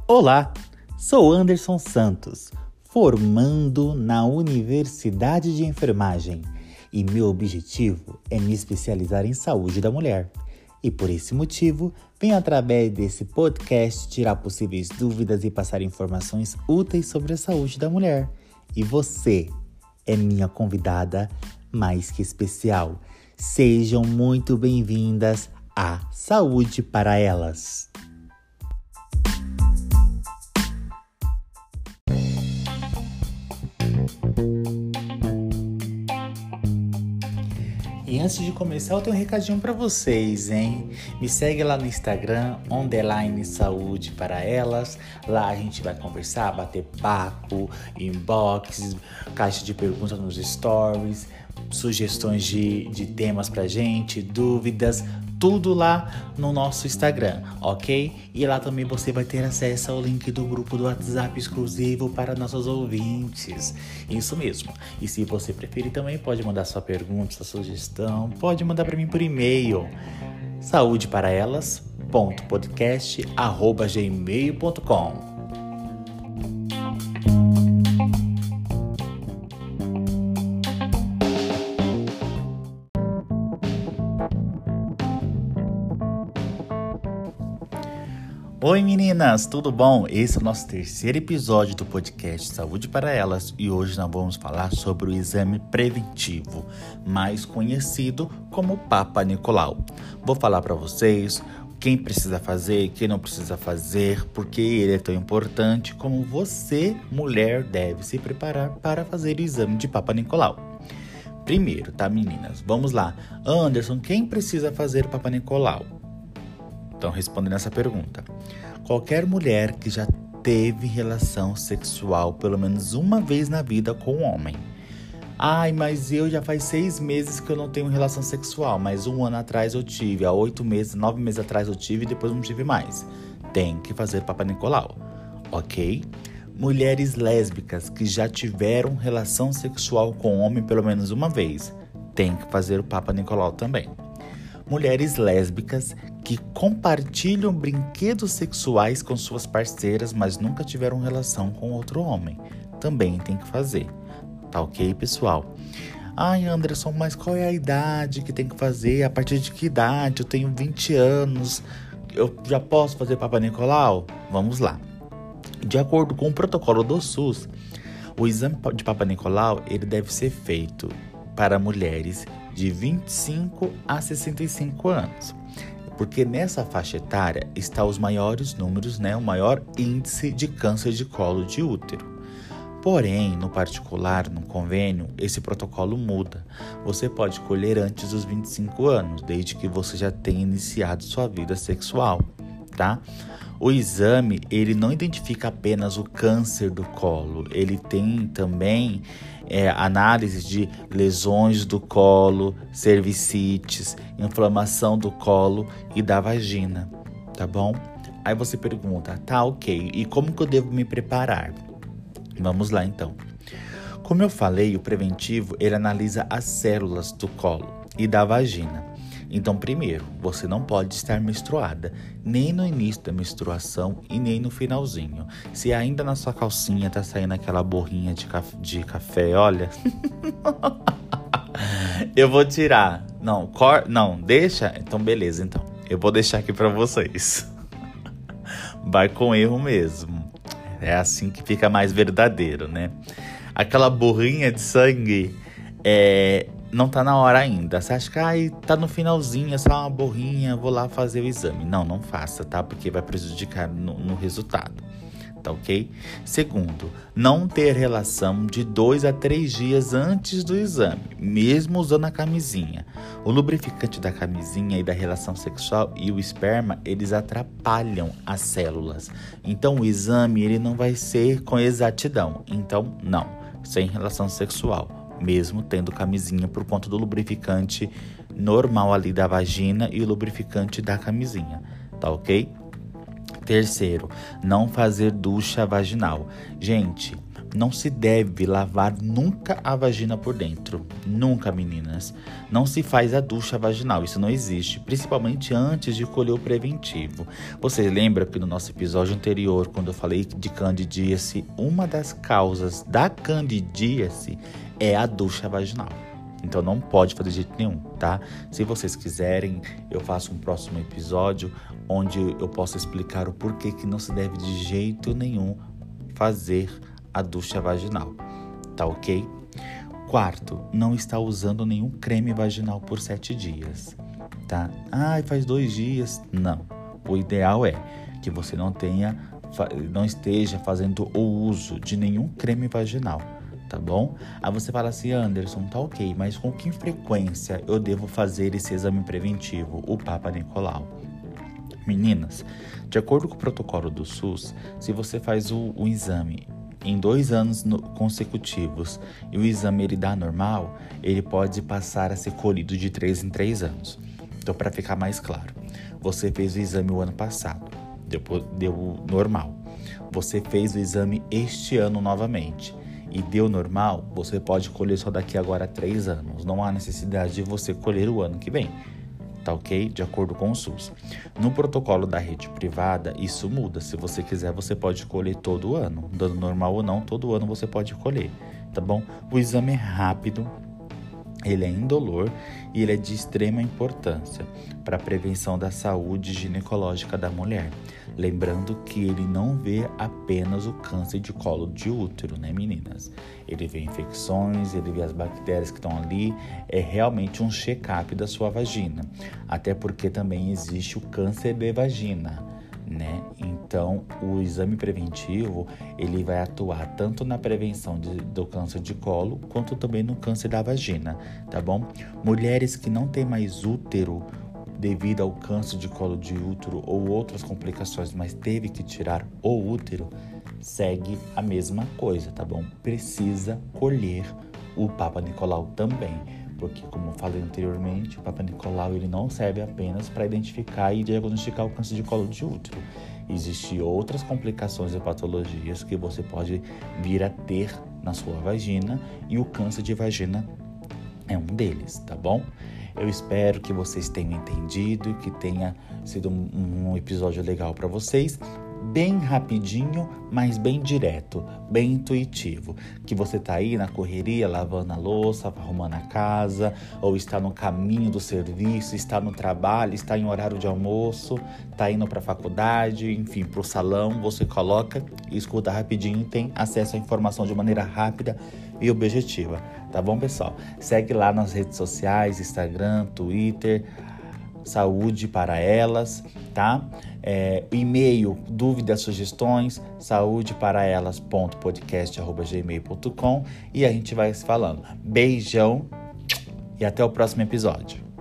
Olá, sou Anderson Santos, formando na Universidade de Enfermagem e meu objetivo é me especializar em saúde da mulher. E por esse motivo, venho através desse podcast tirar possíveis dúvidas e passar informações úteis sobre a saúde da mulher. E você é minha convidada mais que especial. Sejam muito bem-vindas à Saúde para Elas. E antes de começar, eu tenho um recadinho pra vocês, hein? Me segue lá no Instagram, _saúde para elas. Lá a gente vai conversar, bater papo, inbox, caixa de perguntas nos stories, sugestões de temas pra gente, dúvidas, tudo lá no nosso Instagram, ok? E lá também você vai ter acesso ao link do grupo do WhatsApp exclusivo para nossos ouvintes. Isso mesmo. E se você preferir também, pode mandar sua pergunta, sua sugestão, pode mandar para mim por e-mail. saudeparaelas.podcast@gmail.com. Oi meninas, tudo bom? Esse é o nosso terceiro episódio do podcast Saúde para Elas e hoje nós vamos falar sobre o exame preventivo, mais conhecido como Papa Nicolau. Vou falar para vocês quem precisa fazer, quem não precisa fazer, porque ele é tão importante como você, mulher, deve se preparar para fazer o exame de Papa Nicolau. Primeiro, tá meninas? Vamos lá. Anderson, quem precisa fazer o Papa Nicolau? Então, respondendo essa pergunta, qualquer mulher que já teve relação sexual pelo menos uma vez na vida com um homem. Ai, mas eu já faz 6 meses que eu não tenho relação sexual, mas 1 ano atrás eu tive, há 8 meses, 9 meses atrás eu tive e depois não tive mais. Tem que fazer Papa Nicolau, ok? Mulheres lésbicas que já tiveram relação sexual com homem pelo menos uma vez, tem que fazer o Papa Nicolau também. Mulheres lésbicas que compartilham brinquedos sexuais com suas parceiras, mas nunca tiveram relação com outro homem, também tem que fazer. Tá ok, pessoal? Ai, Anderson, mas qual é a idade que tem que fazer? A partir de que idade? Eu tenho 20 anos, eu já posso fazer Papa Nicolau? Vamos lá. De acordo com o protocolo do SUS, o exame de Papa Nicolau ele deve ser feito para mulheres de 25 a 65 anos. Porque nessa faixa etária está os maiores números, o maior índice de câncer de colo de útero. Porém, no particular, no convênio, esse protocolo muda. Você pode colher antes dos 25 anos, desde que você já tenha iniciado sua vida sexual, tá? O exame, ele não identifica apenas o câncer do colo, ele tem também análise de lesões do colo, cervicites, inflamação do colo e da vagina, tá bom? Aí você pergunta, tá ok, e como que eu devo me preparar? Vamos lá então. Como eu falei, o preventivo, ele analisa as células do colo e da vagina. Então, primeiro, você não pode estar menstruada, nem no início da menstruação e nem no finalzinho. Se ainda na sua calcinha tá saindo aquela borrinha de café, olha... eu vou tirar. Não, deixa? Então, beleza, então. Eu vou deixar aqui pra vocês. Vai com erro mesmo. É assim que fica mais verdadeiro, né? Aquela borrinha de sangue não tá na hora ainda. Você acha que tá no finalzinho, é só uma borrinha, vou lá fazer o exame. Não faça, tá? Porque vai prejudicar no resultado, tá ok? Segundo, não ter relação de 2 a 3 dias antes do exame, mesmo usando a camisinha. O lubrificante da camisinha e da relação sexual e o esperma, eles atrapalham as células. Então, o exame, ele não vai ser com exatidão. Então, não, sem relação sexual. Mesmo tendo camisinha por conta do lubrificante normal ali da vagina e o lubrificante da camisinha, tá ok? Terceiro, não fazer ducha vaginal. Gente, não se deve lavar nunca a vagina por dentro. Nunca, meninas. Não se faz a ducha vaginal, isso não existe, principalmente antes de colher o preventivo. Vocês lembram que no nosso episódio anterior, quando eu falei de candidíase, uma das causas da candidíase é a ducha vaginal. Então não pode fazer de jeito nenhum, tá? Se vocês quiserem, eu faço um próximo episódio onde eu posso explicar o porquê que não se deve de jeito nenhum fazer a ducha vaginal, tá ok? Quarto, não está usando nenhum creme vaginal por 7 dias, tá? Faz 2 dias. Não. O ideal é que você não esteja fazendo o uso de nenhum creme vaginal, tá bom? Aí você fala assim, Anderson, tá ok, mas com que frequência eu devo fazer esse exame preventivo, o Papa Nicolau? Meninas, de acordo com o protocolo do SUS, se você faz o exame em 2 anos consecutivos e o exame ele dá normal, ele pode passar a ser colhido de 3 em 3 anos. Então, para ficar mais claro, você fez o exame o ano passado, deu normal. Você fez o exame este ano novamente e deu normal, você pode colher só daqui agora a 3 anos. Não há necessidade de você colher o ano que vem. Tá ok? De acordo com o SUS. No protocolo da rede privada, isso muda. Se você quiser, você pode colher todo ano. Dando normal ou não, todo ano você pode colher, tá bom? O exame é rápido, ele é indolor e ele é de extrema importância para a prevenção da saúde ginecológica da mulher. Lembrando que ele não vê apenas o câncer de colo de útero, né, meninas? Ele vê infecções, ele vê as bactérias que estão ali. É realmente um check-up da sua vagina. Até porque também existe o câncer de vagina, né? Então, o exame preventivo, ele vai atuar tanto na prevenção do câncer de colo, quanto também no câncer da vagina, tá bom? Mulheres que não têm mais útero devido ao câncer de colo de útero ou outras complicações, mas teve que tirar o útero, segue a mesma coisa, tá bom? Precisa colher o Papa Nicolau também, porque, como eu falei anteriormente, o Papa Nicolau ele não serve apenas para identificar e diagnosticar o câncer de colo de útero. Existem outras complicações e patologias que você pode vir a ter na sua vagina e o câncer de vagina é um deles, tá bom? Eu espero que vocês tenham entendido e que tenha sido um episódio legal para vocês. Bem rapidinho, mas bem direto, bem intuitivo. Que você tá aí na correria, lavando a louça, arrumando a casa, ou está no caminho do serviço, está no trabalho, está em horário de almoço, tá indo para a faculdade, enfim, para o salão, você coloca e escuta rapidinho e tem acesso à informação de maneira rápida e objetiva. Tá bom, pessoal? Segue lá nas redes sociais, Instagram, Twitter, Saúde para Elas, tá? E-mail, dúvidas, sugestões, saudeparaelas.podcast@gmail.com e a gente vai se falando. Beijão e até o próximo episódio.